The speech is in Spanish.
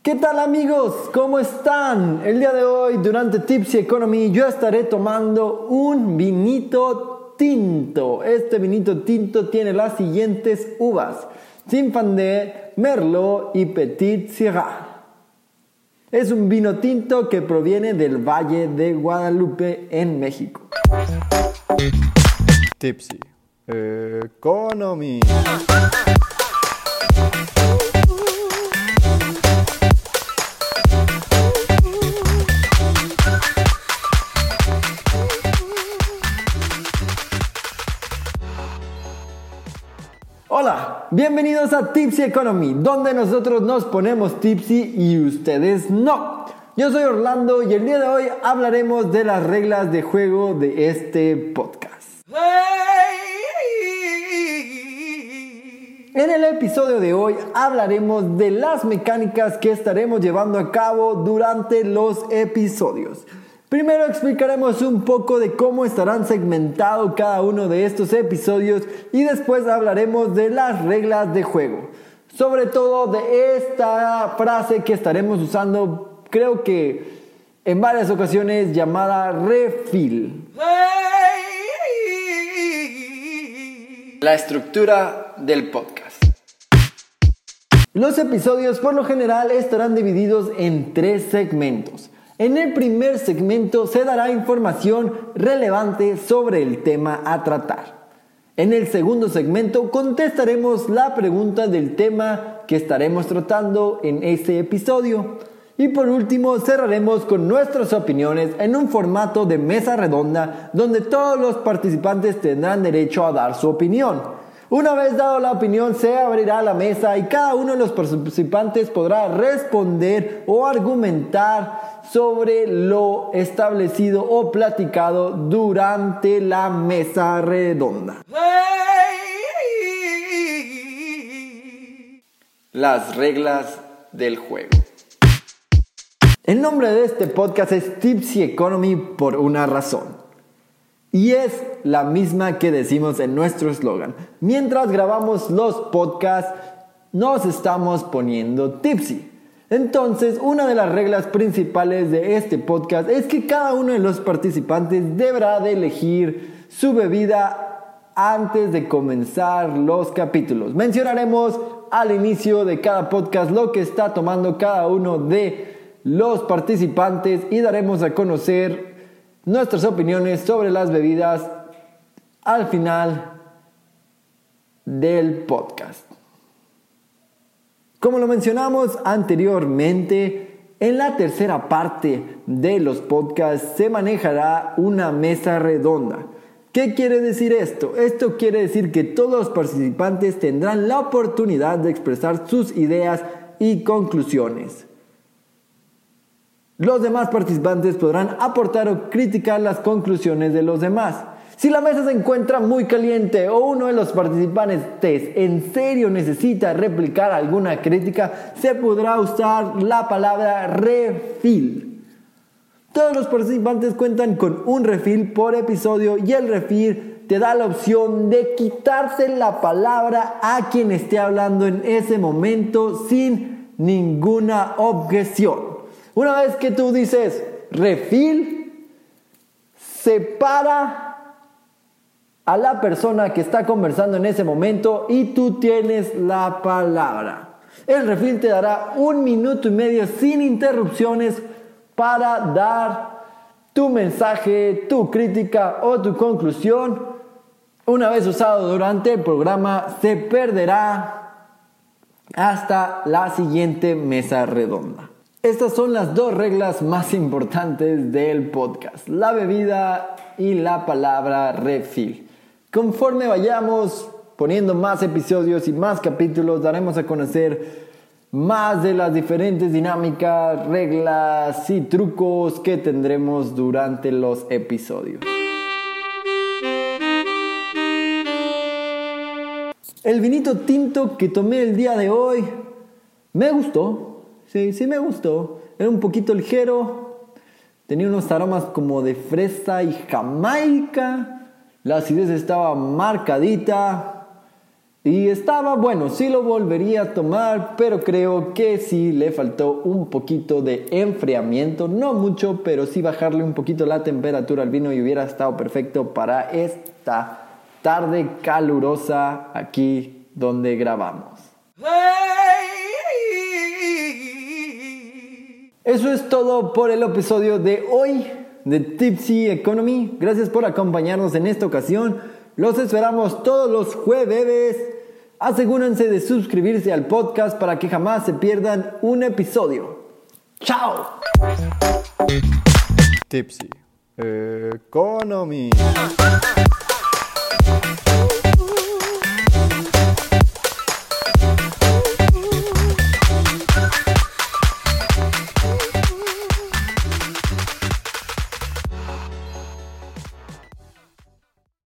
¿Qué tal amigos? ¿Cómo están? El día de hoy, durante Tipsy Economy, yo estaré tomando un vinito tinto. Este vinito tinto tiene las siguientes uvas: Zinfandel, Merlot y Petit Syrah. Es un vino tinto que proviene del Valle de Guadalupe en México. Tipsy Economy. Hola, bienvenidos a Tipsy Economy, donde nosotros nos ponemos tipsy y ustedes no. Yo soy Orlando y el día de hoy hablaremos de las reglas de juego de este podcast. En el episodio de hoy hablaremos de las mecánicas que estaremos llevando a cabo durante los episodios. Primero explicaremos un poco de cómo estarán segmentados cada uno de estos episodios y después hablaremos de las reglas de juego. Sobre todo de esta frase que estaremos usando, creo que en varias ocasiones, llamada refill. La estructura del podcast. Los episodios por lo general estarán divididos en 3 segmentos. En el primer segmento se dará información relevante sobre el tema a tratar. En el segundo segmento contestaremos la pregunta del tema que estaremos tratando en ese episodio. Y por último cerraremos con nuestras opiniones en un formato de mesa redonda donde todos los participantes tendrán derecho a dar su opinión. Una vez dado la opinión, se abrirá la mesa y cada uno de los participantes podrá responder o argumentar sobre lo establecido o platicado durante la mesa redonda. Las reglas del juego. El nombre de este podcast es Tipsy Economy por una razón. Y es la misma que decimos en nuestro eslogan. Mientras grabamos los podcasts, nos estamos poniendo tipsy. Entonces, una de las reglas principales de este podcast es que cada uno de los participantes deberá de elegir su bebida antes de comenzar los capítulos. Mencionaremos al inicio de cada podcast lo que está tomando cada uno de los participantes y daremos a conocer nuestras opiniones sobre las bebidas al final del podcast. Como lo mencionamos anteriormente, en la tercera parte de los podcasts se manejará una mesa redonda. ¿Qué quiere decir esto? Esto quiere decir que todos los participantes tendrán la oportunidad de expresar sus ideas y conclusiones. Los demás participantes podrán aportar o criticar las conclusiones de los demás. Si la mesa se encuentra muy caliente o uno de los participantes en serio necesita replicar alguna crítica, se podrá usar la palabra refill. Todos los participantes cuentan con un refill por episodio y el refill te da la opción de quitarse la palabra a quien esté hablando en ese momento sin ninguna objeción. Una vez que tú dices refill, separa a la persona que está conversando en ese momento y tú tienes la palabra. El refill te dará 1 minuto y medio sin interrupciones para dar tu mensaje, tu crítica o tu conclusión. Una vez usado durante el programa, se perderá hasta la siguiente mesa redonda. Estas son las 2 reglas más importantes del podcast: la bebida y la palabra refill. Conforme vayamos poniendo más episodios y más capítulos, daremos a conocer más de las diferentes dinámicas, reglas y trucos que tendremos durante los episodios. El vinito tinto que tomé el día de hoy me gustó. Sí me gustó. Era un poquito ligero. Tenía unos aromas como de fresa y jamaica. La acidez estaba marcadita. Y estaba bueno, sí lo volvería a tomar, pero creo que sí le faltó un poquito de enfriamiento, no mucho, pero sí bajarle un poquito la temperatura al vino y hubiera estado perfecto para esta tarde calurosa aquí donde grabamos. Eso es todo por el episodio de hoy de Tipsy Economy. Gracias por acompañarnos en esta ocasión. Los esperamos todos los jueves. Asegúrense de suscribirse al podcast para que jamás se pierdan un episodio. ¡Chao! Tipsy Economy.